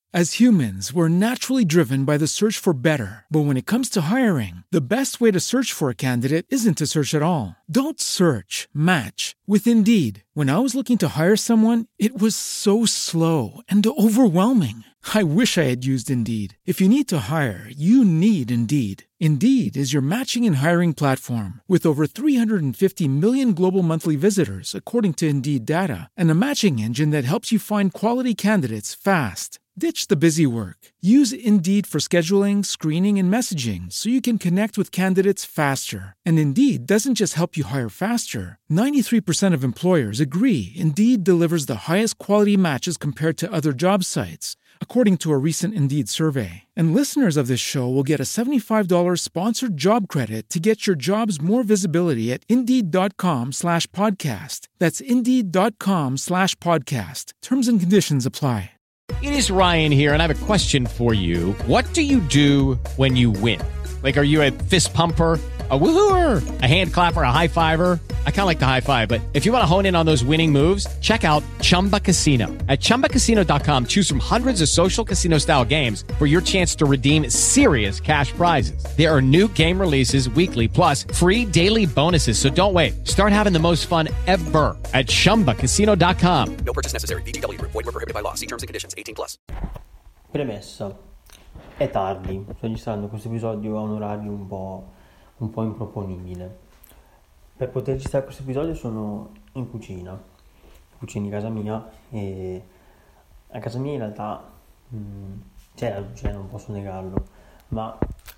As humans, we're naturally driven by the search for better. But when it comes to hiring, the best way to search for a candidate isn't to search at all. Don't search, match with Indeed. When I was looking to hire someone, it was so slow and overwhelming. I wish I had used Indeed. If you need to hire, you need Indeed. Indeed is your matching and hiring platform with over 350 million global monthly visitors, according to Indeed data, and a matching engine that helps you find quality candidates fast. Ditch the busy work. Use Indeed for scheduling, screening, and messaging so you can connect with candidates faster. And Indeed doesn't just help you hire faster. 93% of employers agree Indeed delivers the highest quality matches compared to other job sites, according to a recent Indeed survey. And listeners of this show will get a $75 sponsored job credit to get your jobs more visibility at Indeed.com/podcast. That's Indeed.com/podcast. Terms and conditions apply. It is Ryan here, and I have a question for you. What do you do when you win? Like, are you a fist pumper, a woohooer, a hand clapper, a high fiver? I kind of like the high five, but if you want to hone in on those winning moves, check out Chumba Casino. At ChumbaCasino.com, choose from hundreds of social casino-style games for your chance to redeem serious cash prizes. There are new game releases weekly, plus free daily bonuses, so don't wait. Start having the most fun ever at ChumbaCasino.com. No purchase necessary. VGW Group. Void where prohibited by law. See terms and conditions. 18+. Premessa. È tardi. Sto registrando questo episodio a un orario un po' improponibile. Per poter registrare questo episodio sono in cucina di casa mia, e a casa mia in realtà c'è la luce, non posso negarlo, ma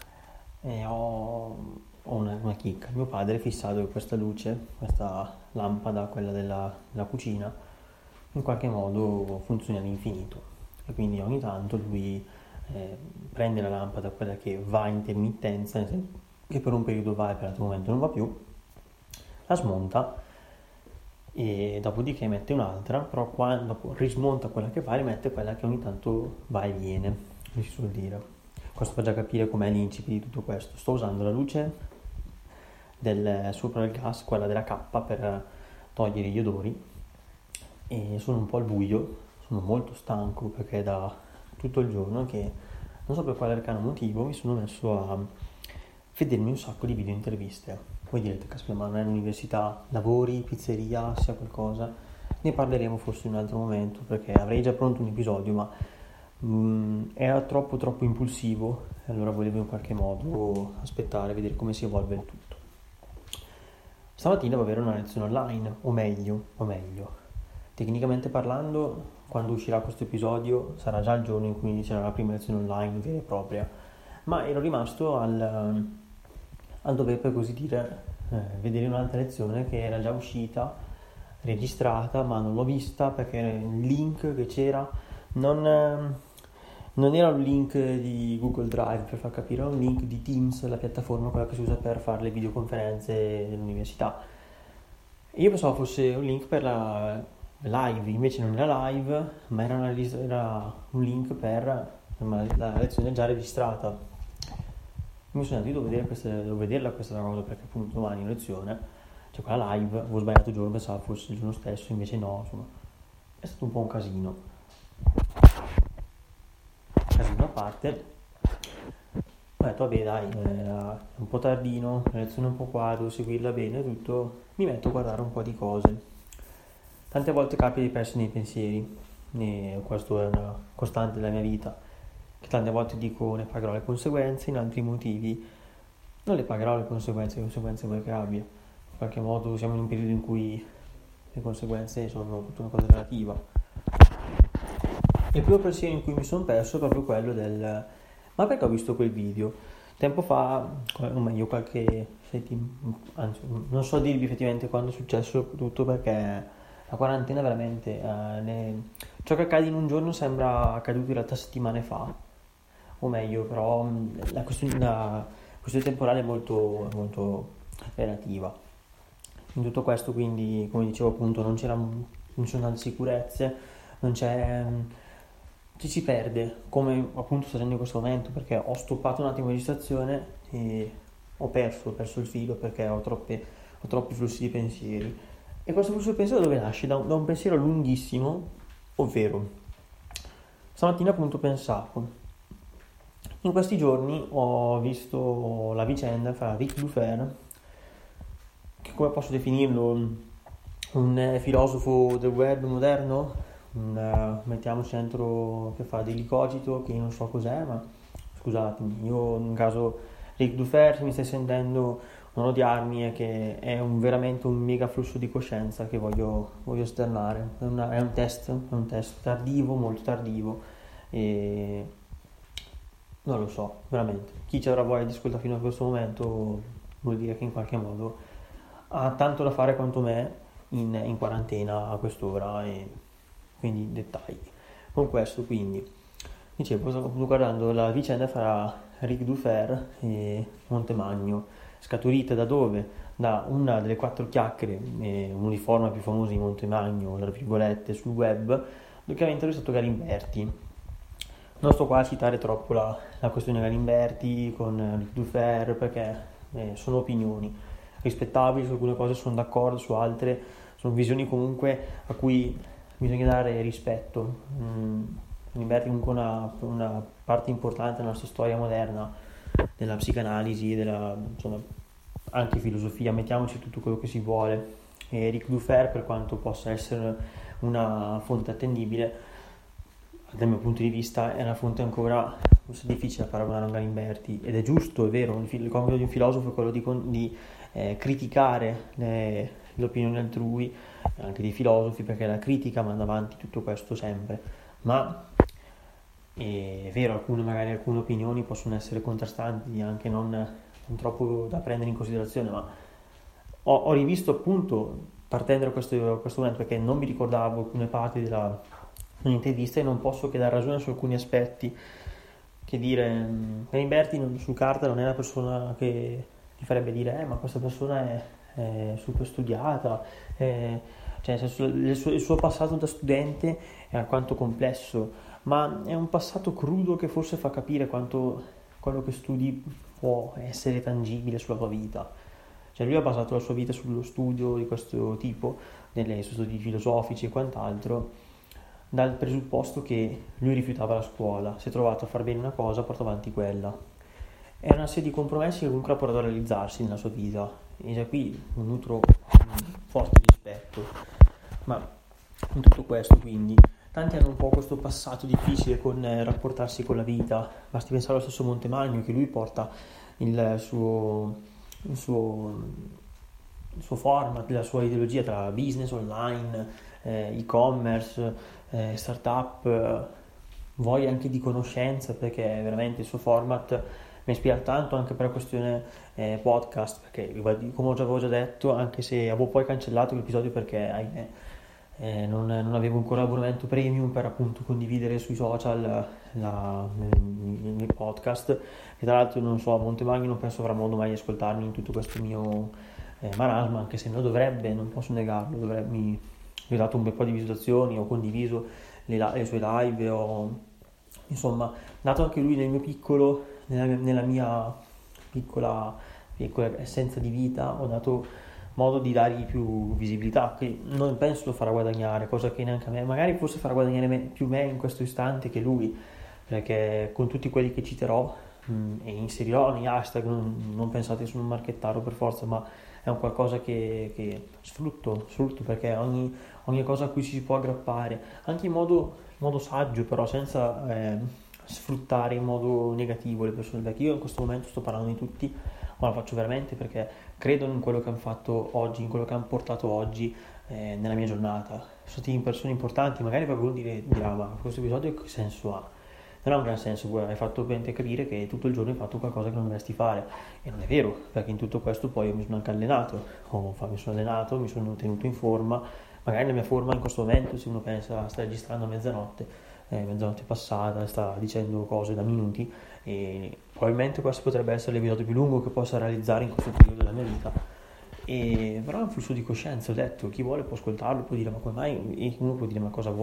ho una chicca. Mio padre è fissato che questa luce, questa lampada, quella della cucina, in qualche modo funzioni all'infinito, e quindi ogni tanto lui prende la lampada, quella che va a intermittenza, che per un periodo va e per l'altro momento non va più, la smonta e dopodiché mette un'altra, però dopo rismonta quella che va e rimette quella che ogni tanto va e viene, come si suol dire. Questo fa già capire com'è l'incipit di tutto questo. Sto usando la luce sopra il gas, quella della K, per togliere gli odori, e sono un po' al buio, sono molto stanco perché è da tutto il giorno che, non so per quale arcano motivo, mi sono messo a vedermi un sacco di video interviste. Voi direte, caspita, ma non è l'università, lavori, pizzeria, sia qualcosa? Ne parleremo forse in un altro momento, perché avrei già pronto un episodio, ma era troppo impulsivo, e allora volevo in qualche modo aspettare, vedere come si evolve il tutto. Stamattina devo avere una lezione online, o meglio, tecnicamente parlando, quando uscirà questo episodio sarà già il giorno in cui inizierà la prima lezione online vera e propria, ma ero rimasto al dover, per così dire, vedere un'altra lezione che era già uscita, registrata, ma non l'ho vista perché il link che c'era non era un link di Google Drive, per far capire, era un link di Teams, la piattaforma quella che si usa per fare le videoconferenze dell'università. Io pensavo fosse un link per la live, invece non era live, ma era un link per la lezione già registrata. Mi sono detto, devo vederla questa cosa, perché appunto domani in lezione c'è quella live. Avevo sbagliato il giorno, pensavo fosse il giorno stesso, invece no, insomma è stato un po' un casino a parte. Ho detto vabbè dai, è un po' tardino, la lezione è un po' qua, devo seguirla bene, tutto, mi metto a guardare un po' di cose. Tante volte capita di perdersi nei pensieri, e questo è una costante della mia vita, che tante volte dico ne pagherò le conseguenze, in altri motivi non le pagherò le conseguenze vuoi che abbia. In qualche modo siamo in un periodo in cui le conseguenze sono tutta una cosa relativa. Il primo pensiero in cui mi sono perso è proprio quello ma perché ho visto quel video tempo fa, o meglio qualche anzi non so dirvi effettivamente quando è successo tutto, perché la quarantena veramente ciò che accade in un giorno sembra accaduto in realtà settimane fa, o meglio, però la questione temporale è molto, molto relativa in tutto questo. Quindi, come dicevo appunto, non sono tante sicurezze, ci si perde, come appunto sto facendo in questo momento, perché ho stoppato un attimo la registrazione e ho perso il filo, perché ho troppi flussi di pensieri. E questo flusso di pensiero dove nasce? Da un pensiero lunghissimo, ovvero stamattina appunto pensavo, in questi giorni ho visto la vicenda fra Rick Dufer, che come posso definirlo, un filosofo del web moderno, mettiamoci dentro, che fa dell'icogito, che io non so cos'è, ma scusatemi, io in caso Rick Dufer, se mi stai sentendo, non odiarmi, è che è veramente un mega flusso di coscienza che voglio esternare. È un test tardivo, molto tardivo, e non lo so, veramente. Chi ci avrà voglia di ascoltare fino a questo momento vuol dire che in qualche modo ha tanto da fare quanto me in quarantena a quest'ora, e quindi dettagli. Con questo, quindi, dicevo, stavo guardando la vicenda fra Rick Dufer e Montemagno, scaturita da dove? Da una delle 4 chiacchiere, uno dei forum più famosi di Montemagno, tra virgolette, sul web, dove aveva intervistato Galimberti. Non sto qua a citare troppo la questione Galimberti con Rick Dufer, perché sono opinioni rispettabili, su alcune cose sono d'accordo, su altre sono visioni comunque a cui bisogna dare rispetto. Galimberti è comunque una parte importante della nostra storia moderna, della psicanalisi, insomma, anche filosofia, mettiamoci tutto quello che si vuole. E Rick Dufer, per quanto possa essere una fonte attendibile, dal mio punto di vista è una fonte ancora difficile da paragonare a Galimberti, ed è giusto, è vero, il compito di un filosofo è quello di criticare le opinioni altrui, anche dei filosofi, perché la critica manda avanti tutto questo sempre, ma è vero, magari alcune opinioni possono essere contrastanti, anche non troppo da prendere in considerazione, ma ho rivisto appunto, partendo da questo momento, perché non mi ricordavo alcune parti dell'intervista e non posso che dar ragione su alcuni aspetti, che dire, Galimberti su carta non è una persona che ti farebbe dire ma questa persona è super studiata, cioè nel senso, il suo passato da studente è alquanto complesso, ma è un passato crudo che forse fa capire quanto quello che studi può essere tangibile sulla tua vita. Cioè lui ha basato la sua vita sullo studio di questo tipo, nei suoi studi filosofici e quant'altro, dal presupposto che lui rifiutava la scuola, si è trovato a far bene una cosa, porta avanti quella. È una serie di compromessi che comunque ha portato a realizzarsi nella sua vita, e già qui nutro un forte rispetto. Ma in tutto questo, quindi, tanti hanno un po' questo passato difficile con rapportarsi con la vita. Basti pensare allo stesso Montemagno, che lui porta il suo format, la sua ideologia tra business online, e-commerce, startup, voglia anche di conoscenza, perché veramente il suo format mi ispira tanto, anche per la questione podcast, perché come avevo già detto, anche se avevo poi cancellato l'episodio perché non avevo ancora l'abbonamento premium per appunto condividere sui social il podcast, e tra l'altro non so, Montemagno non penso avrà modo mai di ascoltarmi in tutto questo mio marasma, anche se lo dovrebbe, non posso negarlo, gli ho dato un bel po' di visualizzazioni, ho condiviso le sue live, insomma, dato anche lui nel mio piccolo, nella mia piccola essenza di vita, ho dato modo di dargli più visibilità, che non penso lo farà guadagnare, cosa che neanche a me, magari forse farà guadagnare più me in questo istante che lui, perché con tutti quelli che citerò e inserirò negli hashtag, non pensate sono un marchettaro per forza, ma è un qualcosa che sfrutto, perché ogni cosa a cui ci si può aggrappare, anche in modo saggio, però senza sfruttare in modo negativo le persone, perché io in questo momento sto parlando di tutti, ma lo faccio veramente perché credo in quello che hanno fatto oggi, in quello che hanno portato oggi nella mia giornata. Sono stati persone importanti, magari qualcuno dirà ma questo episodio che senso ha? Non ha un gran senso, hai fatto bene a capire che tutto il giorno hai fatto qualcosa che non dovresti fare, e non è vero, perché in tutto questo poi io mi sono anche allenato, mi sono tenuto in forma, magari la mia forma in questo momento, se uno pensa sta registrando a mezzanotte passata, sta dicendo cose da minuti, e probabilmente questo potrebbe essere l'episodio più lungo che possa realizzare in questo periodo della mia vita, e però è un flusso di coscienza, ho detto, chi vuole può ascoltarlo, può dire ma come mai, e uno può dire ma cosa vuoi,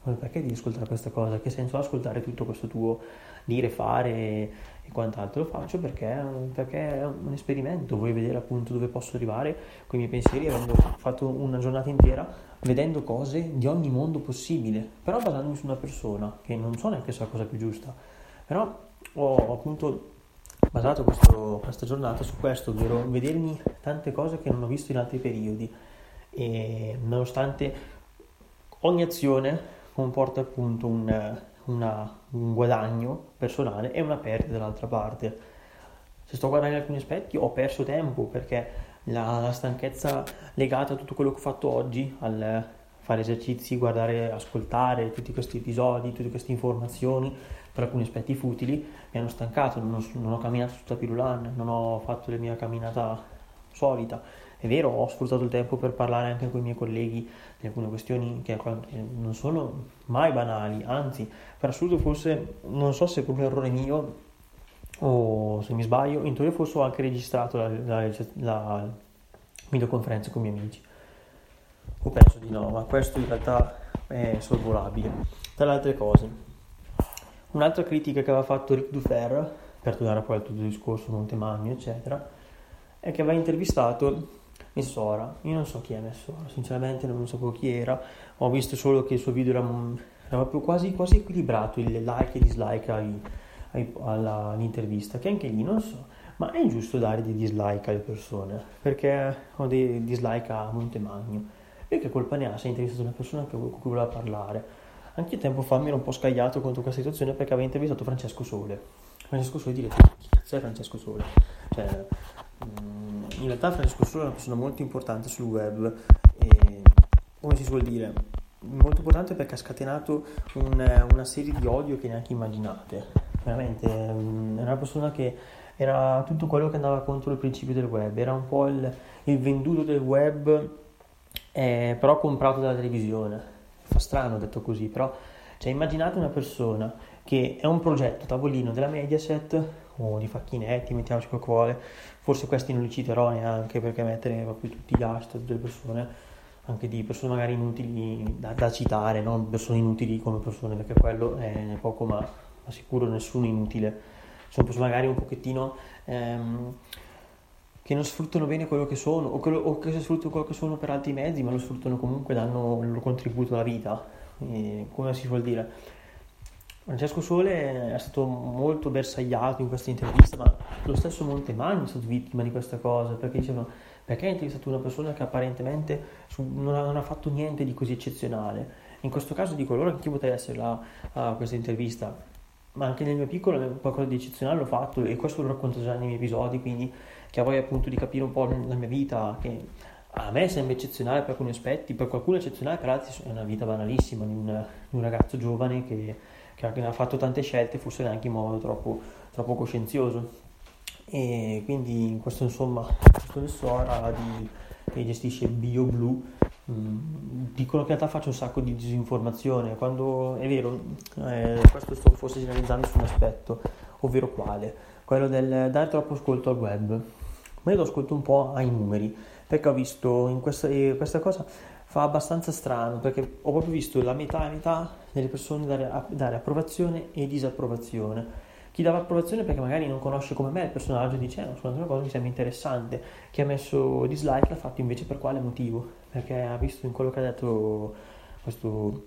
perché devi ascoltare questa cosa? Che senso ha ascoltare tutto questo tuo dire, fare e quant'altro? Lo faccio perché è un esperimento, voglio vedere appunto dove posso arrivare con i miei pensieri, avendo fatto una giornata intera vedendo cose di ogni mondo possibile, però basandomi su una persona che non so neanche se è la cosa più giusta, però ho appunto basato questa giornata su questo, ovvero vedermi tante cose che non ho visto in altri periodi, e nonostante ogni azione comporta appunto un guadagno personale e una perdita dall'altra parte. Se sto guardando alcuni aspetti ho perso tempo, perché la stanchezza legata a tutto quello che ho fatto oggi, al fare esercizi, guardare, ascoltare tutti questi episodi, tutte queste informazioni, per alcuni aspetti futili, mi hanno stancato, non ho camminato tutta Pirulan, non ho fatto la mia camminata solita. È vero, ho sfruttato il tempo per parlare anche con i miei colleghi di alcune questioni che non sono mai banali, anzi, per assurdo forse, non so se è proprio un errore mio o se mi sbaglio, in teoria forse ho anche registrato la videoconferenza con i miei amici. O penso di no, ma questo in realtà è sorvolabile. Tra le altre cose, un'altra critica che aveva fatto Ric Dufer, per tornare poi al tutto il discorso Montemagno, eccetera, è che aveva intervistato Messora. Io non so chi è Messora, sinceramente non sapevo chi era, ho visto solo che il suo video era proprio quasi equilibrato, il like e dislike all'intervista, che anche lì non so, ma è giusto dare dei dislike alle persone, perché ho dei dislike a Montemagno, e che colpa ne ha se ha intervistato una persona con cui voleva parlare? Anche tempo fa mi ero un po' scagliato contro questa situazione, perché aveva intervistato Francesco Sole. Francesco Sole, direte, chi cazzo è Francesco Sole? Cioè, in realtà Francesco Sole è una persona molto importante sul web, e come si suol dire, molto importante perché ha scatenato una serie di odio che neanche immaginate. Veramente è una persona che era tutto quello che andava contro il principio del web, era un po' il venduto del web, però comprato dalla televisione. Fa strano detto così, però cioè, immaginate una persona che è un progetto tavolino della Mediaset o di Facchinetti, mettiamoci quel che vuole, forse questi non li citerò neanche, perché mettere proprio tutti gli hashtag delle persone, anche di persone magari inutili da citare, non persone inutili come persone, perché quello è poco ma sicuro nessuno inutile, sono persone magari un pochettino che non sfruttano bene quello che sono, o che sfruttano quello che sono per altri mezzi, ma lo sfruttano comunque, danno il loro contributo alla vita, come si vuol dire. Francesco Sole è stato molto bersagliato in questa intervista, ma lo stesso Montemagno è stato vittima di questa cosa, perché dicevano: perché hai intervistato una persona che apparentemente non ha fatto niente di così eccezionale? In questo caso dico, allora che potrei essere a questa intervista, ma anche nel mio piccolo qualcosa di eccezionale l'ho fatto, e questo lo racconto già nei miei episodi, quindi che a voi appunto di capire un po' la mia vita, che a me sembra eccezionale per alcuni aspetti, per qualcuno è eccezionale, per altri è una vita banalissima di un ragazzo giovane che ha fatto tante scelte, forse neanche in modo troppo coscienzioso. E quindi questo insomma, questo Messora che gestisce BioBlue, dicono che in realtà faccio un sacco di disinformazione, quando è vero, questo sto forse generalizzando su un aspetto, ovvero quello del dare troppo ascolto al web. Ma io lo ascolto un po' ai numeri, perché ho visto in questa cosa fa abbastanza strano, perché ho proprio visto la metà e metà delle persone dare approvazione e disapprovazione. Chi dava approvazione perché magari non conosce come me il personaggio, dice su una cosa mi sembra interessante. Chi ha messo dislike l'ha fatto invece per quale motivo? Perché ha visto in quello che ha detto questo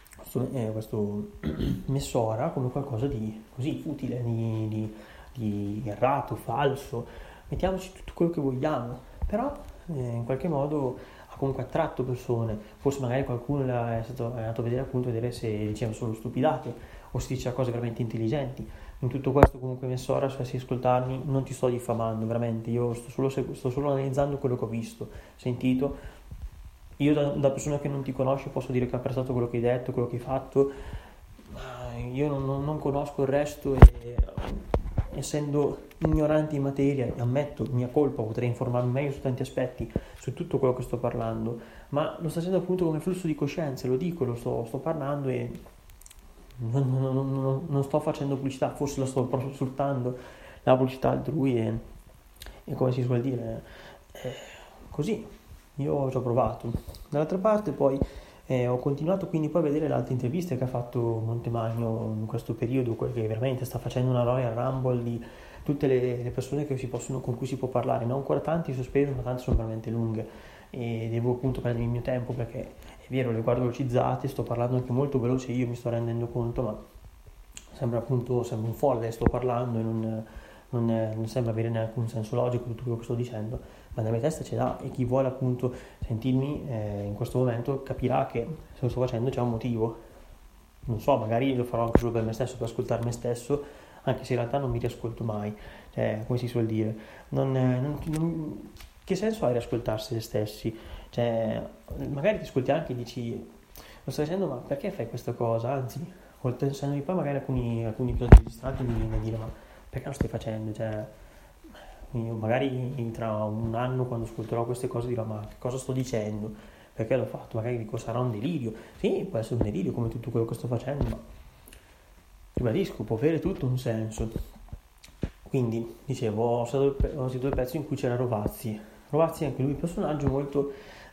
Messora come qualcosa di così futile, di errato, falso, mettiamoci tutto quello che vogliamo, però in qualche modo ha comunque attratto persone. Forse magari qualcuno è andato a vedere se diceva solo stupidate o si diceva cose veramente intelligenti. In tutto questo comunque Messora, se si ascoltarmi, non ti sto diffamando, veramente, io sto solo analizzando quello che ho visto, sentito. Io da persona che non ti conosce posso dire che ho apprezzato quello che hai detto, quello che hai fatto, ma io non conosco il resto, e essendo ignorante in materia, ammetto, mia colpa, potrei informarmi meglio su tanti aspetti, su tutto quello che sto parlando, ma lo sto facendo appunto come flusso di coscienza, lo dico, lo sto parlando e non sto facendo pubblicità, forse lo sto proprio sfruttando la pubblicità altrui, e come si suol dire, così, io ci ho provato. Dall'altra parte poi Ho continuato quindi poi a vedere le altre interviste che ha fatto Montemagno in questo periodo, che veramente sta facendo una Royal Rumble di tutte le persone con cui si può parlare, non ancora tanti sospeso, ma tante sono veramente lunghe e devo appunto prendermi il mio tempo, perché è vero, le guardo velocizzate, sto parlando anche molto veloce, io mi sto rendendo conto, ma sembra un folle, sto parlando e non sembra avere neanche un senso logico tutto quello che sto dicendo, ma nella mia testa ce l'ha, e chi vuole appunto sentirmi in questo momento capirà che se lo sto facendo c'è un motivo. Non so, magari lo farò anche solo per me stesso, per ascoltare me stesso, anche se in realtà non mi riascolto mai, come si suol dire. Che senso ha riascoltarsi se stessi? Magari ti ascolti anche e dici, lo stai facendo, ma perché fai questa cosa? Anzi, pensandomi poi magari alcuni episodi registrati mi viene a dire, ma perché lo stai facendo? Io magari tra un anno, quando ascolterò queste cose, dirò, ma che cosa sto dicendo? Perché l'ho fatto? Magari dico, sarà un delirio. Sì, può essere un delirio come tutto quello che sto facendo, ma ribadisco, può avere tutto un senso. Quindi, dicevo, ho sentito il pezzo in cui c'era Rovazzi, anche lui un personaggio molto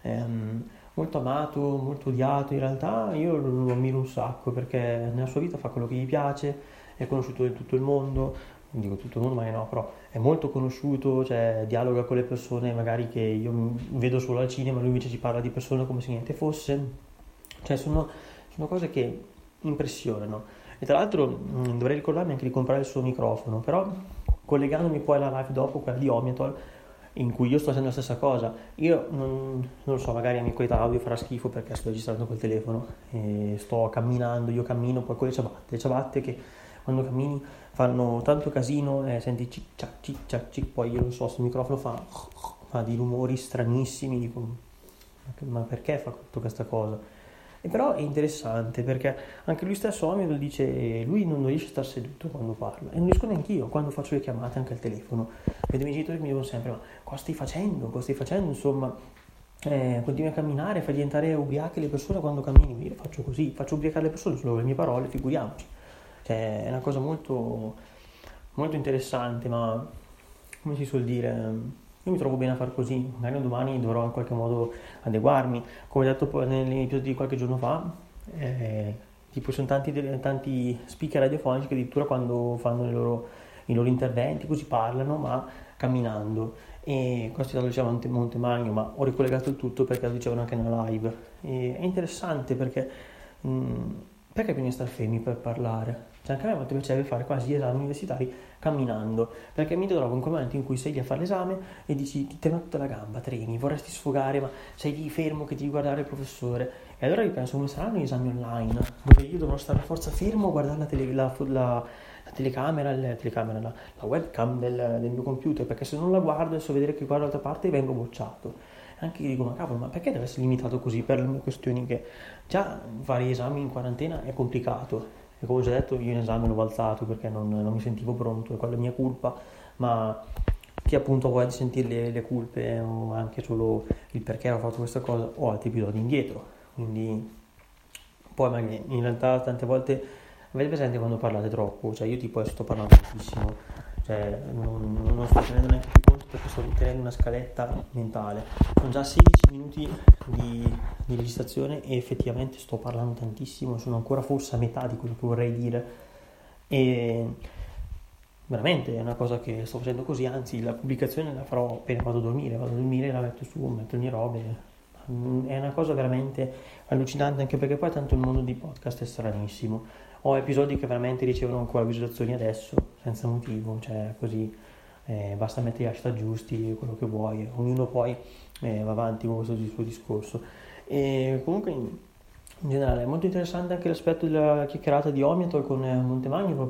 amato, molto odiato. In realtà io lo ammiro un sacco, perché nella sua vita fa quello che gli piace, è conosciuto in tutto il mondo, non dico tutto il mondo, ma no, però è molto conosciuto, dialoga con le persone magari che io vedo solo al cinema, lui invece ci parla di persone come se niente fosse, sono cose che impressionano. E tra l'altro dovrei ricordarmi anche di comprare il suo microfono, però collegandomi poi alla live dopo, quella di Omiatol, in cui io sto facendo la stessa cosa, io non lo so, magari a mia qualità audio farà schifo perché sto registrando col telefono e sto camminando, io cammino poi con le ciabatte che quando cammini fanno tanto casino, senti cic, poi io non so, se il microfono fa dei rumori stranissimi, dico, ma perché fa tutta questa cosa? E però è interessante, perché anche lui stesso Omiatol dice, lui non riesce a stare seduto quando parla, e non riesco neanche io quando faccio le chiamate anche al telefono. Vedo i miei genitori che mi dicono sempre, ma cosa stai facendo, insomma, continui a camminare, fai diventare ubriache le persone quando cammini. Io faccio così, faccio ubriacare le persone solo con le mie parole, figuriamoci. È una cosa molto, molto interessante, ma come si suol dire, io mi trovo bene a far così. Magari domani dovrò in qualche modo adeguarmi, come ho detto poi negli episodi di qualche giorno fa, tipo sono tanti speaker radiofonici che addirittura quando fanno i loro interventi così parlano ma camminando, e questo lo diceva Montemagno, ma ho ricollegato il tutto perché lo dicevano anche nella live. E è interessante perché bisogna stare fermi per parlare? Anche a me molto piacerebbe fare quasi gli esami universitari camminando, perché mi trovo in quel momento in cui sei lì a fare l'esame e dici, ti trema tutta la gamba, tremi, vorresti sfogare, ma sei lì fermo che devi guardare il professore. E allora io penso, come saranno gli esami online, dove io dovrò stare a forza fermo a guardare la telecamera, la webcam del mio computer, perché se non la guardo e so vedere che guardo dall'altra parte vengo bocciato. Anche io dico, ma cavolo, ma perché deve essere limitato così per le mie questioni, che già fare esami in quarantena è complicato, e come ho già detto io in esame l'ho alzato perché non mi sentivo pronto, e quella è mia colpa, ma chi appunto ha voglia di sentire le colpe o anche solo il perché ho fatto questa cosa, ho altri episodi indietro. Quindi poi magari in realtà tante volte avete presente quando parlate troppo, io tipo sto parlando tantissimo, non sto tenendo neanche più conto perché sto tenendo una scaletta mentale. Sono già 16 minuti di registrazione e effettivamente sto parlando tantissimo, sono ancora forse a metà di quello che vorrei dire, e veramente è una cosa che sto facendo così. Anzi, la pubblicazione la farò appena vado a dormire, la metto su, metto le mie robe. È una cosa veramente allucinante, anche perché poi tanto il mondo di podcast è stranissimo. Ho episodi che veramente ricevono ancora visualizzazioni adesso senza motivo, così basta mettere gli hashtag giusti, quello che vuoi, ognuno poi va avanti con questo suo discorso. E comunque in generale è molto interessante anche l'aspetto della chiacchierata di Omiatol con Montemagno,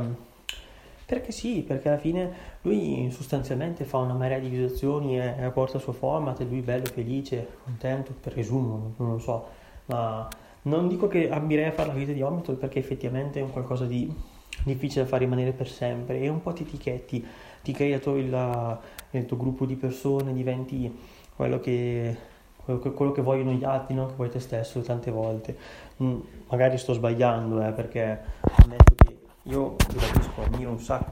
perché alla fine lui sostanzialmente fa una marea di visualizzazioni e porta il suo format, e lui bello, felice, contento, presumo, non lo so, ma non dico che ambirei a fare la vita di Omiatol, perché effettivamente è un qualcosa di difficile da far rimanere per sempre, e un po' ti etichetti, ti crei il tuo gruppo di persone, diventi quello che vogliono gli altri, non che vuoi te stesso tante volte. Magari sto sbagliando, perché ammetto che io capisco, ammiro un sacco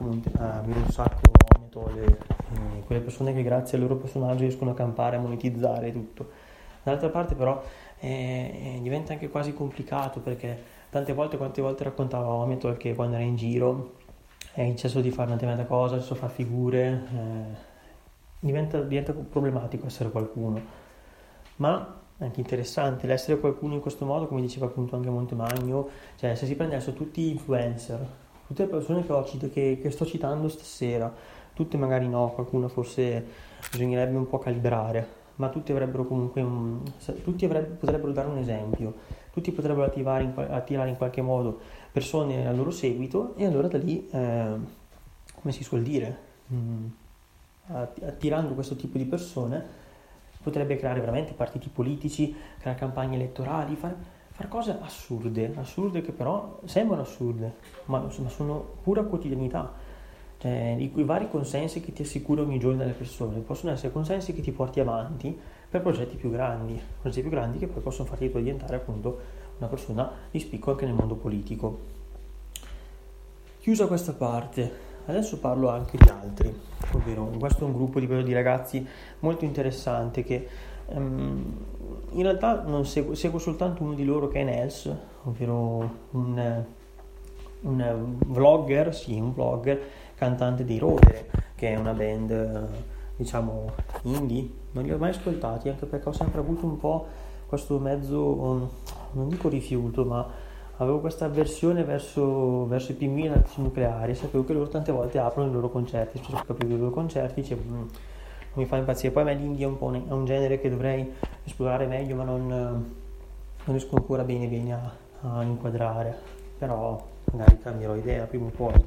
Omiatol, quelle persone che grazie al loro personaggio riescono a campare, a monetizzare tutto. Dall'altra parte però diventa anche quasi complicato, perché quante volte raccontava Omietol che quando era in giro è cesso di fare una determinata cosa, cesso fa figure, diventa problematico essere qualcuno, ma è anche interessante l'essere qualcuno in questo modo, come diceva appunto anche Montemagno. Cioè, se si prende adesso tutti gli influencer, tutte le persone che sto citando stasera, tutte magari no, qualcuno forse bisognerebbe un po' calibrare, ma tutti avrebbero comunque potrebbero dare un esempio, tutti potrebbero attirare in qualche modo persone al loro seguito, e allora da lì, come si suol dire, attirando questo tipo di persone potrebbe creare veramente partiti politici, creare campagne elettorali, fare cose assurde che però sembrano assurde, ma sono pura quotidianità. Cioè, i vari consensi che ti assicura ogni giorno dalle persone possono essere consensi che ti porti avanti per progetti più grandi che poi possono farti diventare appunto una persona di spicco anche nel mondo politico. Chiusa questa parte, adesso parlo anche di altri, ovvero questo è un gruppo di ragazzi molto interessante che in realtà non seguo soltanto uno di loro, che è Nels, ovvero un vlogger, un vlogger cantante dei Rovere, che è una band diciamo indie. Non li ho mai ascoltati, anche perché ho sempre avuto un po' questo mezzo, non dico rifiuto, ma avevo questa avversione verso i pinguini elettrici nucleari. Sapevo che loro tante volte aprono i loro concerti, spesso capivo i loro concerti, non mi fa impazzire. Poi a me l'indie è un genere che dovrei esplorare meglio, ma non riesco ancora bene a inquadrare, però magari cambierò idea prima o poi,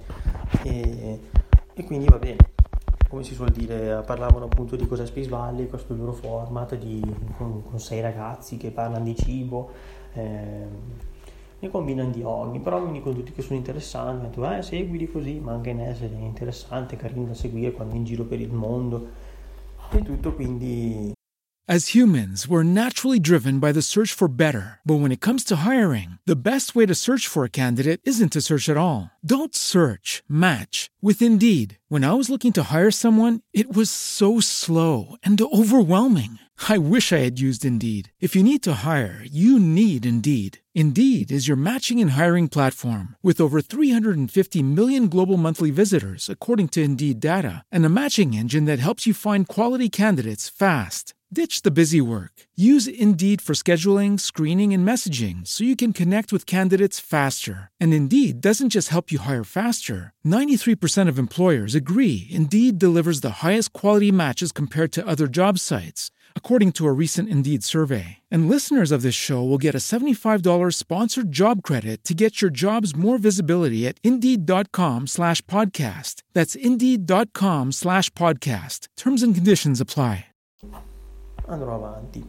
e quindi va bene. Come si suol dire, parlavano appunto di cos'è Space Valley, questo loro format con 6 ragazzi che parlano di cibo, ne combinano di ogni, però mi dicono tutti che sono interessanti. Ho detto, seguili così, ma anche in essere interessante, carino da seguire quando è in giro per il mondo e tutto, quindi... As humans, we're naturally driven by the search for better. But when it comes to hiring, the best way to search for a candidate isn't to search at all. Don't search, match with Indeed. When I was looking to hire someone, it was so slow and overwhelming. I wish I had used Indeed. If you need to hire, you need Indeed. Indeed is your matching and hiring platform with over 350 million global monthly visitors, according to Indeed data, and a matching engine that helps you find quality candidates fast. Ditch the busy work. Use Indeed for scheduling, screening, and messaging so you can connect with candidates faster. And Indeed doesn't just help you hire faster. 93% of employers agree Indeed delivers the highest quality matches compared to other job sites, according to a recent Indeed survey. And listeners of this show will get a $75 sponsored job credit to get your jobs more visibility at Indeed.com/podcast. That's Indeed.com/podcast. Terms and conditions apply. Andrò avanti.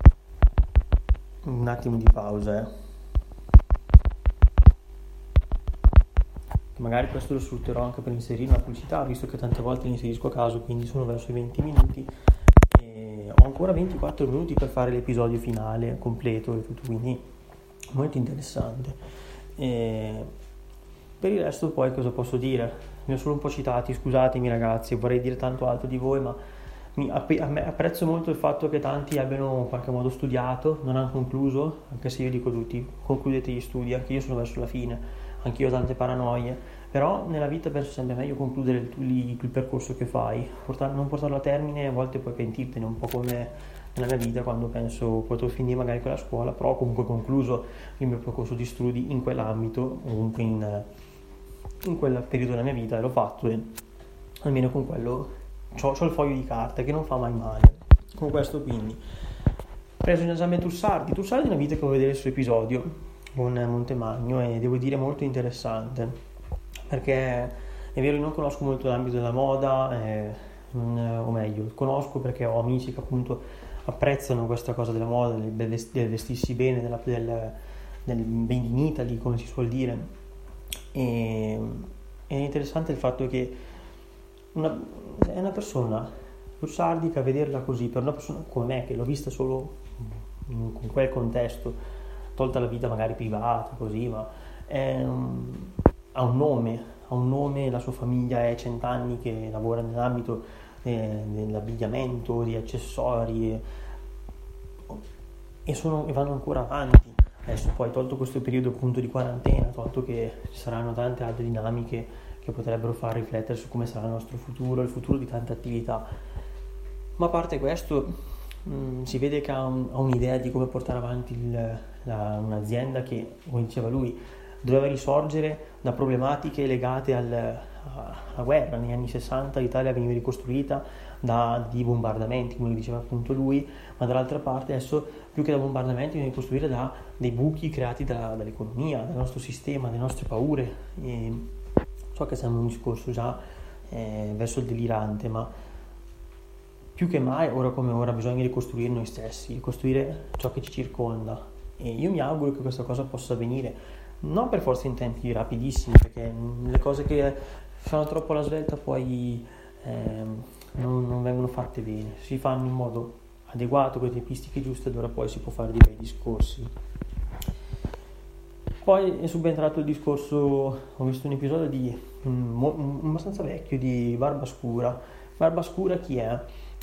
Un attimo di pausa, Magari questo lo sfrutterò anche per inserire una pubblicità, visto che tante volte li inserisco a caso, quindi sono verso i 20 minuti. E ho ancora 24 minuti per fare l'episodio finale completo e tutto, quindi molto interessante. E per il resto poi cosa posso dire? Mi ho solo un po' citati, scusatemi ragazzi, vorrei dire tanto altro di voi, ma apprezzo molto il fatto che tanti abbiano in qualche modo studiato, non hanno concluso, anche se io dico a tutti concludete gli studi, anche io sono verso la fine, anche io ho tante paranoie, però nella vita penso sempre meglio concludere il percorso che fai, non portarlo a termine, a volte puoi pentirtene, un po' come nella mia vita quando penso potrò finire magari con la scuola, però ho comunque concluso il mio percorso di studi in quell'ambito, comunque in quel periodo della mia vita, e l'ho fatto, e almeno con quello c'ho il foglio di carta che non fa mai male. Con questo quindi ho preso in esame Trussardi è una vita che voglio vedere il suo episodio con Montemagno, e devo dire molto interessante, perché è vero, io non conosco molto l'ambito della moda, o meglio conosco perché ho amici che appunto apprezzano questa cosa della moda, del vestirsi bene, del made in Italy, come si suol dire, e è interessante il fatto che è una persona Trussardi, a vederla così, per una persona come me che l'ho vista solo in quel contesto, tolta la vita magari privata così, ma ha un nome, la sua famiglia è 100 anni che lavora nell'ambito dell'abbigliamento, di accessori, e vanno ancora avanti. Adesso poi, tolto questo periodo appunto di quarantena, tolto che ci saranno tante altre dinamiche che potrebbero far riflettere su come sarà il nostro futuro, il futuro di tante attività, ma a parte questo si vede che ha un'idea di come portare avanti un'azienda che, come diceva lui, doveva risorgere da problematiche legate alla guerra. Negli anni 60 l'Italia veniva ricostruita di bombardamenti, come diceva appunto lui, ma dall'altra parte adesso più che da bombardamenti viene ricostruita da dei buchi creati dall'economia, dal nostro sistema, dalle nostre paure. E so che sembra un discorso già verso il delirante, ma più che mai, ora come ora, bisogna ricostruire noi stessi, ricostruire ciò che ci circonda, e io mi auguro che questa cosa possa avvenire, non per forza in tempi rapidissimi, perché le cose che fanno troppo la svelta poi non vengono fatte bene, si fanno in modo adeguato, con le tempistiche giuste, allora poi si può fare dei bei discorsi. Poi è subentrato il discorso, ho visto un episodio abbastanza vecchio di Barbascura. Barbascura chi è?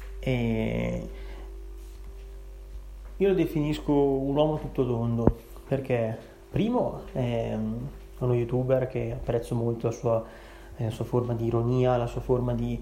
Io lo definisco un uomo tutto tondo, perché primo è uno youtuber che apprezzo molto la sua forma di ironia, la sua forma di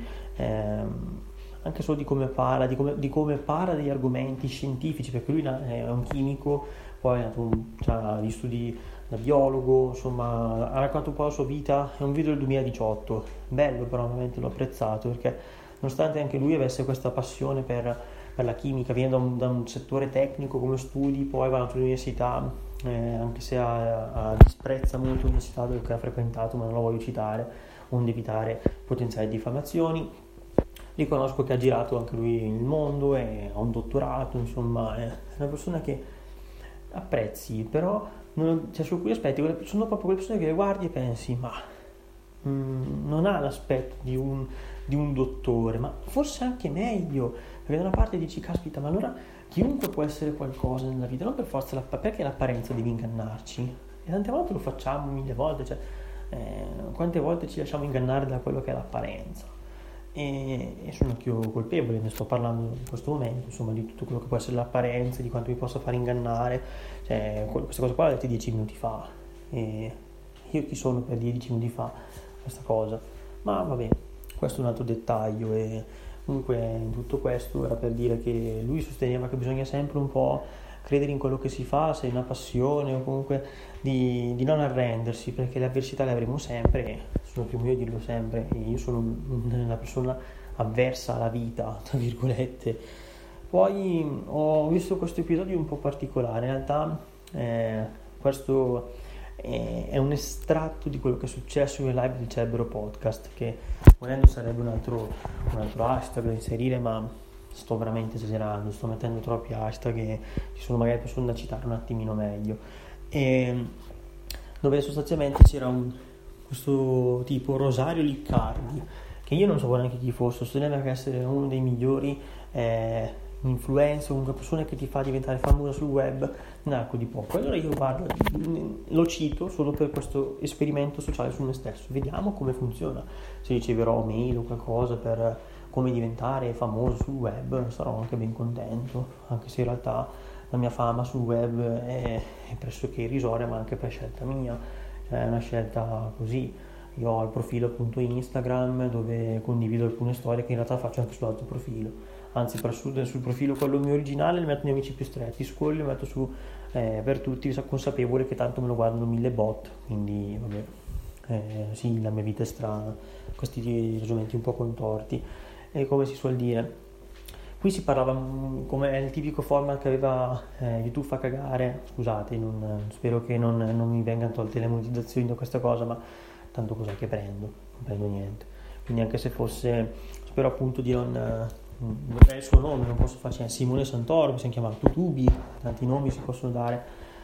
anche solo di come parla, di come parla degli argomenti scientifici, perché lui è un chimico, poi ha gli studi da biologo, insomma ha raccontato un po' la sua vita. È un video del 2018, bello, però ovviamente l'ho apprezzato, perché nonostante anche lui avesse questa passione per la chimica, viene da un settore tecnico come studi, poi va all'università, anche se disprezza molto l'università che ha frequentato, ma non lo voglio citare, onde evitare potenziali diffamazioni. Riconosco che ha girato anche lui il mondo e ha un dottorato, insomma è una persona che apprezzi, però su alcuni aspetti sono proprio quelle persone che le guardi e pensi, ma non ha l'aspetto di un dottore, ma forse anche meglio, perché da una parte dici, caspita, ma allora chiunque può essere qualcosa nella vita, non per forza perché l'apparenza devi ingannarci? E tante volte lo facciamo, 1000 volte, cioè quante volte ci lasciamo ingannare da quello che è l'apparenza, e sono anch'io colpevole, ne sto parlando in questo momento, insomma, di tutto quello che può essere l'apparenza, di quanto mi possa fare ingannare, cioè questa cosa qua l'ho detta 10 minuti fa, e io chi sono per dire 10 minuti fa questa cosa? Ma vabbè, questo è un altro dettaglio. E comunque in tutto questo era per dire che lui sosteneva che bisogna sempre un po' credere in quello che si fa, se è una passione, o comunque di non arrendersi, perché le avversità le avremo sempre, e sono il primo io a dirlo sempre, e io sono una persona avversa alla vita, tra virgolette. Poi ho visto questo episodio un po' particolare, in realtà questo è un estratto di quello che è successo nelle live del Cerbero Podcast, che volendo sarebbe un altro hashtag da inserire, ma sto veramente esagerando, sto mettendo troppi hashtag e ci sono magari persone da citare un attimino meglio, e dove sostanzialmente c'era questo tipo Rosario Liccardi, che io non so neanche chi fosse, sosteneva essere uno dei migliori influencer, comunque persone che ti fa diventare famosa sul web nell'arco di poco. Allora io lo cito solo per questo esperimento sociale su me stesso, vediamo come funziona, se riceverò mail o qualcosa per come diventare famoso sul web sarò anche ben contento, anche se in realtà la mia fama sul web è pressoché irrisoria, ma anche per scelta mia, cioè è una scelta così. Io ho il profilo appunto Instagram dove condivido alcune storie che in realtà faccio anche sull'altro profilo, anzi sul profilo quello mio originale li metto nei amici più stretti, su quello li metto su per tutti, consapevole che tanto me lo guardano 1000 bot, quindi vabbè, sì, la mia vita è strana, questi ragionamenti un po' contorti, e come si suol dire. Qui si parlava come è il tipico format che aveva YouTube fa cagare, scusate, spero che non mi vengano tolte le monetizzazioni da questa cosa, ma tanto cos'è che prendo? Non prendo niente, quindi anche se fosse, spero appunto di non è il suo nome, non posso farci Simone Santoro, mi si chiama Tutubi, tanti nomi si possono dare,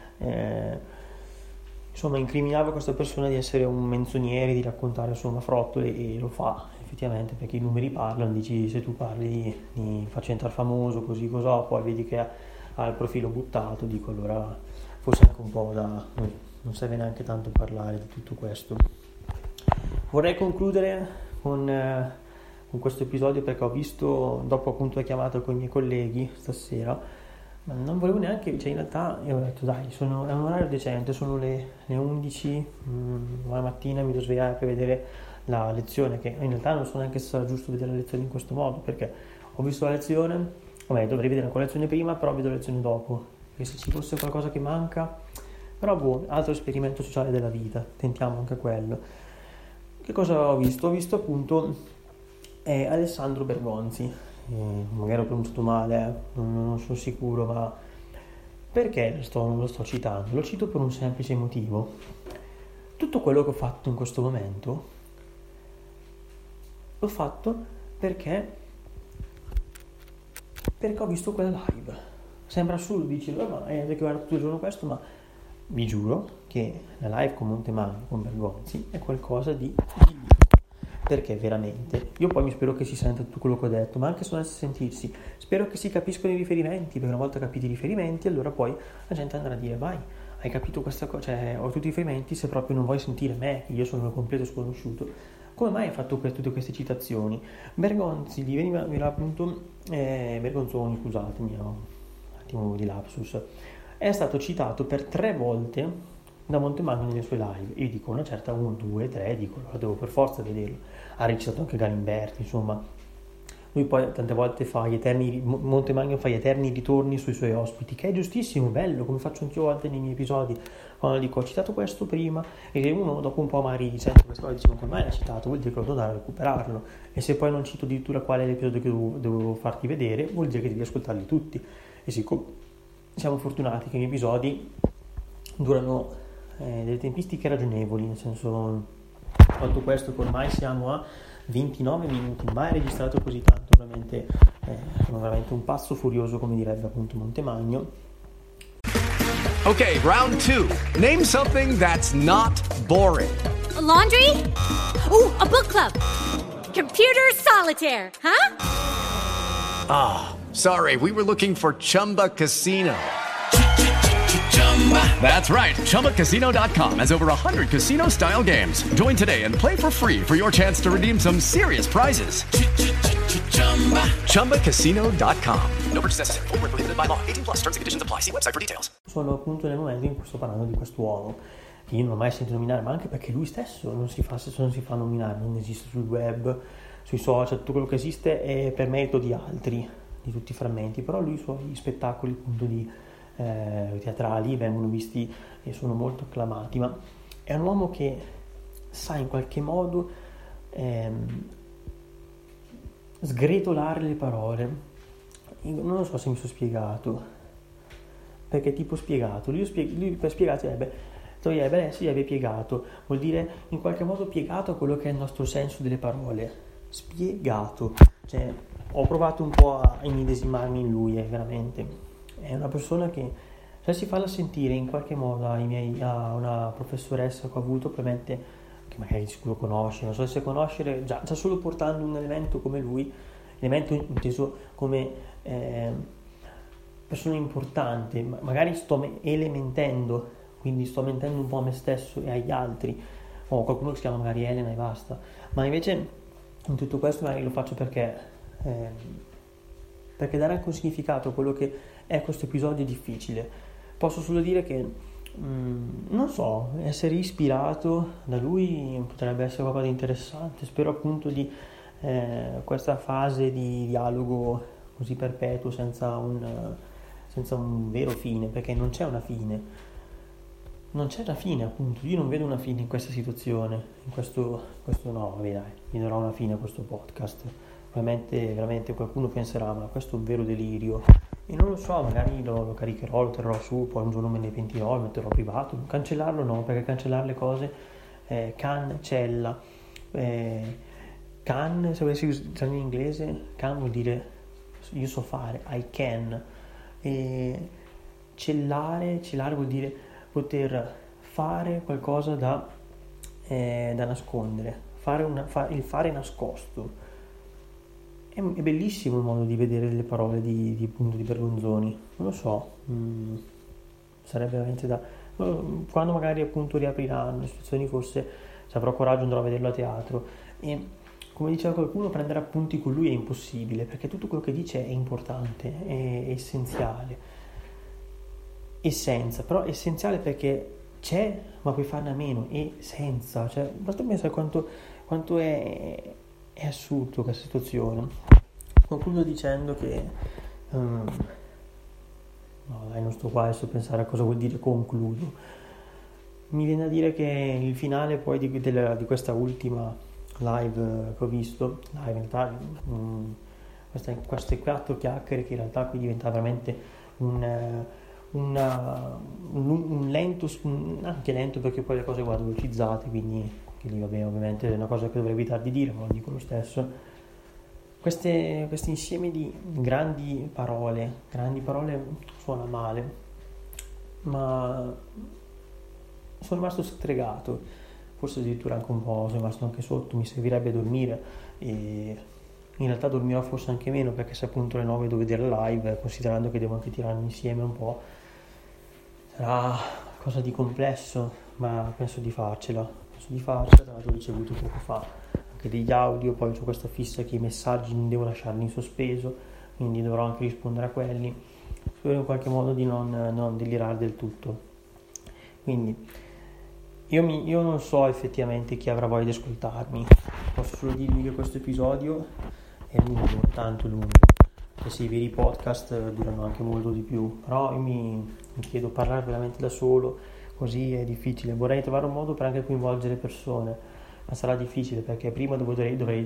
insomma incriminava questa persona di essere un menzognere, di raccontare insomma frottole, e lo fa effettivamente, perché i numeri parlano. Dici, se tu parli di faccio entrare famoso così cos'ho, poi vedi che ha il profilo buttato, dico allora forse anche un po' non serve neanche tanto parlare di tutto questo. Vorrei concludere con questo episodio, perché ho visto, dopo appunto la chiamata con i miei colleghi stasera, Ma non volevo neanche, cioè in realtà io ho detto dai, è un orario decente, sono le 11, la mattina mi devo svegliare per vedere la lezione, che in realtà non so neanche se sarà giusto vedere la lezione in questo modo, perché ho visto la lezione, dovrei vedere la lezione prima, però vedo la lezione dopo, perché se ci fosse qualcosa che manca, però altro esperimento sociale della vita, tentiamo anche quello. Che cosa ho visto? Ho visto appunto Alessandro Bergonzi, magari ho pronunciato male, non sono sicuro, ma perché lo sto citando? Lo cito per un semplice motivo. Tutto quello che ho fatto in questo momento l'ho fatto perché ho visto quella live. Sembra assurdo, dici, ma hai che guardato tutto il giorno questo, ma vi giuro che la live con Montemagno, con Bergonzi, è qualcosa di perché veramente, io poi mi spero che si senta tutto quello che ho detto, ma anche se non sentirsi, spero che si capiscono i riferimenti, perché una volta capiti i riferimenti, allora poi la gente andrà a dire, vai, hai capito questa cosa, cioè ho tutti i riferimenti, se proprio non vuoi sentire me, che io sono un completo sconosciuto, come mai hai fatto tutte queste citazioni? Bergonzi, gli veniva appunto, Bergonzoni, scusatemi, ho un attimo di lapsus, è stato citato per 3 volte da Montemagno nelle sue live. Io dico una certa 1, 2, 3, dico lo devo per forza vederlo. Ha recitato anche Galimberti, insomma. Lui poi tante volte Montemagno fa gli eterni ritorni sui suoi ospiti, che è giustissimo, bello, come faccio anch'io a volte nei miei episodi, quando dico ho citato questo prima e uno dopo un po' magari sente queste cose, dice ma come mai l'ha citato, vuol dire che lo devo andare a recuperarlo, e se poi non cito addirittura qual è l'episodio che devo farti vedere, vuol dire che devi ascoltarli tutti. E siccome siamo fortunati che i miei episodi durano delle tempistiche ragionevoli, nel senso, fatto questo che ormai siamo a 29 minuti, mai registrato così tanto, veramente sono veramente un pazzo furioso, come direbbe appunto Montemagno. Okay, round 2. Name something that's not boring. A laundry? Ooh, a book club. Computer solitaire, huh? Ah, sorry, we were looking for Chumba Casino. That's right. ChumbaCasino.com has over 100 casino-style games. Join today and play for free for your chance to redeem some serious prizes. ChumbaCasino.com. No purchase necessary. Void where prohibited by law. 18 plus. Terms and conditions apply. See website for details. Sono appunto nel momento in cui sto parlando di quest'uomo che io non ho mai sentito nominare, ma anche perché lui stesso non si fa nominare, non esiste sul web, sui social, tutto quello che esiste è per merito di altri, di tutti i frammenti, però lui i suoi spettacoli appunto teatrali vengono visti e sono molto acclamati, ma è un uomo che sa in qualche modo sgretolare le parole. Non so se mi sono spiegato, perché tipo spiegato, lui per spiegato toglierebbe adesso gli aveva piegato, vuol dire in qualche modo piegato a quello che è il nostro senso delle parole, spiegato, cioè ho provato un po' a immedesimarmi in lui, veramente è una persona che si fa sentire in qualche modo a una professoressa che ho avuto, probabilmente, che magari sicuro conosce, non so se conoscere, già solo portando un elemento come lui, elemento inteso come persona importante, magari sto elementendo, quindi sto mentendo un po' a me stesso e agli altri, o qualcuno che si chiama magari Elena e basta, ma invece in tutto questo magari lo faccio perché dare anche un significato a quello che è questo episodio è difficile. Posso solo dire che non so, essere ispirato da lui potrebbe essere qualcosa di interessante. Spero appunto di questa fase di dialogo così perpetuo senza un vero fine, perché non c'è una fine, appunto. Io non vedo una fine in questa situazione, in questo no, vabbè, dai, mi darò una fine a questo podcast. Probabilmente veramente qualcuno penserà, ma questo è un vero delirio, e non lo so, magari lo caricherò, lo terrò su, poi un giorno me ne pentirò, lo metterò privato. Cancellarlo no, perché cancellare le cose cancella, can, se volessi usare in inglese, can vuol dire io so fare, I can, e cellare vuol dire poter fare qualcosa da nascondere, il fare nascosto. È bellissimo il modo di vedere le parole di Bergonzoni, non lo so, sarebbe veramente quando magari appunto riapriranno le situazioni, forse se avrò coraggio andrò a vederlo a teatro, e come diceva qualcuno, prendere appunti con lui è impossibile, perché tutto quello che dice è importante, è essenziale, e senza, però essenziale perché c'è, ma puoi farne a meno, e senza, cioè basta pensare quanto è assurdo questa situazione. Concludo dicendo che no dai, non sto qua adesso a pensare a cosa vuol dire concludo. Mi viene da dire che il finale poi di questa ultima live che ho visto, live in realtà queste 4 chiacchiere che in realtà qui diventa veramente un lento, anche lento, perché poi le cose vanno velocizzate, quindi lì vabbè, ovviamente è una cosa che dovrei evitare di dire, ma lo dico lo stesso. Questi insieme di grandi parole suona male, ma sono rimasto stregato, forse addirittura anche un po', sono rimasto anche sotto, mi servirebbe dormire, e in realtà dormirò forse anche meno, perché se appunto alle 9 devo vedere live, considerando che devo anche tirarmi insieme un po', sarà qualcosa di complesso, ma penso di farcela, tra l'altro ho ricevuto poco fa anche degli audio, poi ho questa fissa che i messaggi non devo lasciarli in sospeso, quindi dovrò anche rispondere a quelli, spero in qualche modo di non delirare del tutto. Quindi io non so effettivamente chi avrà voglia di ascoltarmi, posso solo dirvi che questo episodio è lungo, tanto lungo, e se i veri podcast durano anche molto di più, però io mi chiedo, parlare veramente da solo così è difficile, vorrei trovare un modo per anche coinvolgere persone, ma sarà difficile perché prima dovrei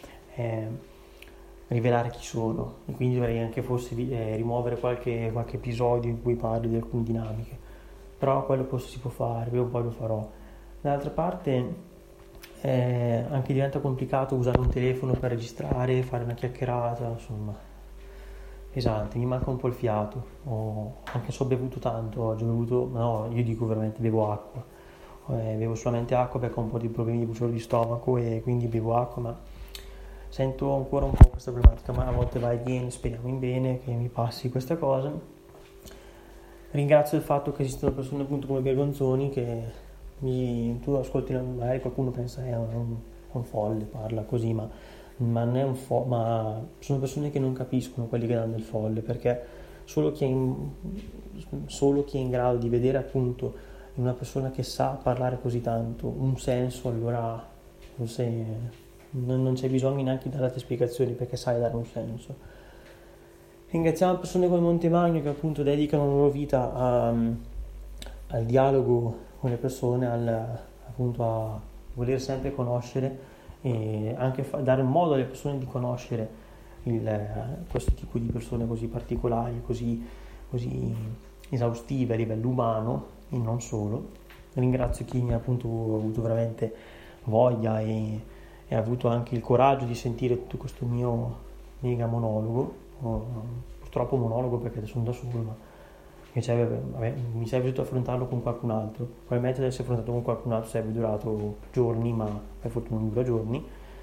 rivelare chi sono, e quindi dovrei anche forse rimuovere qualche episodio in cui parli di alcune dinamiche, però quello si può fare, io poi lo farò. Dall'altra parte anche diventa complicato usare un telefono per registrare, fare una chiacchierata, insomma pesante, mi manca un po' il fiato, anche se ho bevuto tanto oggi, io dico veramente bevo acqua, bevo solamente acqua perché ho un po' di problemi di bruciore di stomaco e quindi bevo acqua, ma sento ancora un po' questa problematica, ma a volte va e viene, speriamo in bene che mi passi questa cosa. Ringrazio il fatto che esistono persone appunto come Bergonzoni che tu ascolti, magari qualcuno pensa è un folle, parla così, ma non è ma sono persone che non capiscono quelli che danno del folle, perché solo chi è in grado di vedere appunto in una persona che sa parlare così tanto un senso, allora non c'è bisogno neanche di dare spiegazioni, perché sai dare un senso. Ringraziamo persone come Montemagno che appunto dedicano la loro vita al dialogo con le persone, appunto a voler sempre conoscere e anche dare modo alle persone di conoscere questo tipo di persone così particolari, così esaustive a livello umano e non solo. Ringrazio chi mi ha appunto avuto veramente voglia e ha avuto anche il coraggio di sentire tutto questo mio mega monologo, purtroppo monologo perché sono da solo, ma mi sarebbe dovuto affrontarlo con qualcun altro, probabilmente ad essere affrontato con qualcun altro sarebbe durato giorni, ma per fortuna non dura giorni.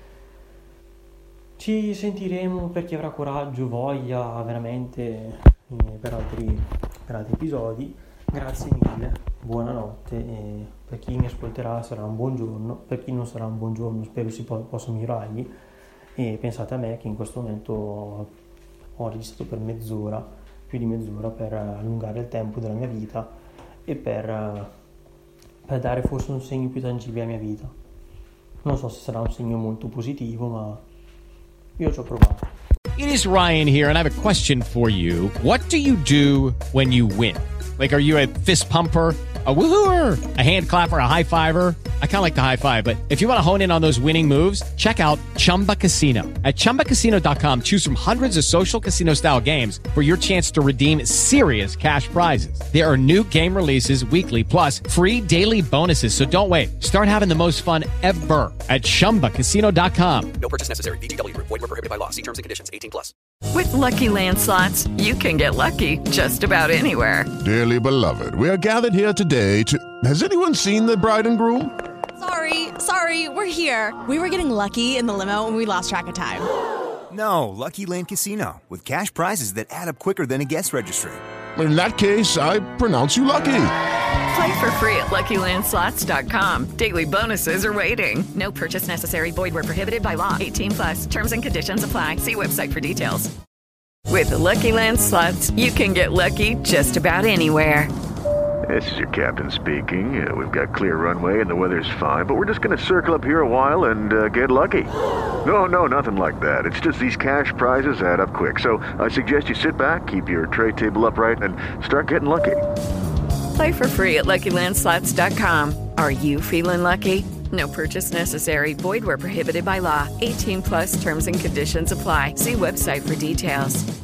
Ci sentiremo per chi avrà coraggio, voglia veramente per altri episodi. Grazie mille, buonanotte, e per chi mi ascolterà sarà un buon giorno, per chi non sarà un buon giorno spero possa migliorargli, e pensate a me che in questo momento ho registrato per più di mezz'ora per allungare il tempo della mia vita e per dare forse un segno più tangibile alla mia vita. Non so se sarà un segno molto positivo, ma io ci ho provato. It is Ryan here, and I have a question for you. What do you do when you win? Like, are you a fist pumper, a woohooer, a hand clapper, a high fiver? I kind of like the high five, but if you want to hone in on those winning moves, check out Chumba Casino. At ChumbaCasino.com, choose from hundreds of social casino-style games for your chance to redeem serious cash prizes. There are new game releases weekly, plus free daily bonuses. So don't wait. Start having the most fun ever at ChumbaCasino.com. No purchase necessary. VGW Group. Void where prohibited by law. See terms and conditions. 18+. With Lucky Land Slots, you can get lucky just about anywhere. Dearly beloved, we are gathered here today to... Has anyone seen the bride and groom? Sorry, we're here. We were getting lucky in the limo and we lost track of time. No, Lucky Land Casino, with cash prizes that add up quicker than a guest registry. In that case, I pronounce you lucky. Play for free at LuckyLandSlots.com. Daily bonuses are waiting. No purchase necessary. Void where prohibited by law. 18+. Terms and conditions apply. See website for details. With the Lucky Land Slots, you can get lucky just about anywhere. This is your captain speaking. We've got clear runway and the weather's fine, but we're just going to circle up here a while and get lucky. No, nothing like that. It's just these cash prizes add up quick. So I suggest you sit back, keep your tray table upright, and start getting lucky. Play for free at LuckyLandSlots.com. Are you feeling lucky? No purchase necessary. Void where prohibited by law. 18+ terms and conditions apply. See website for details.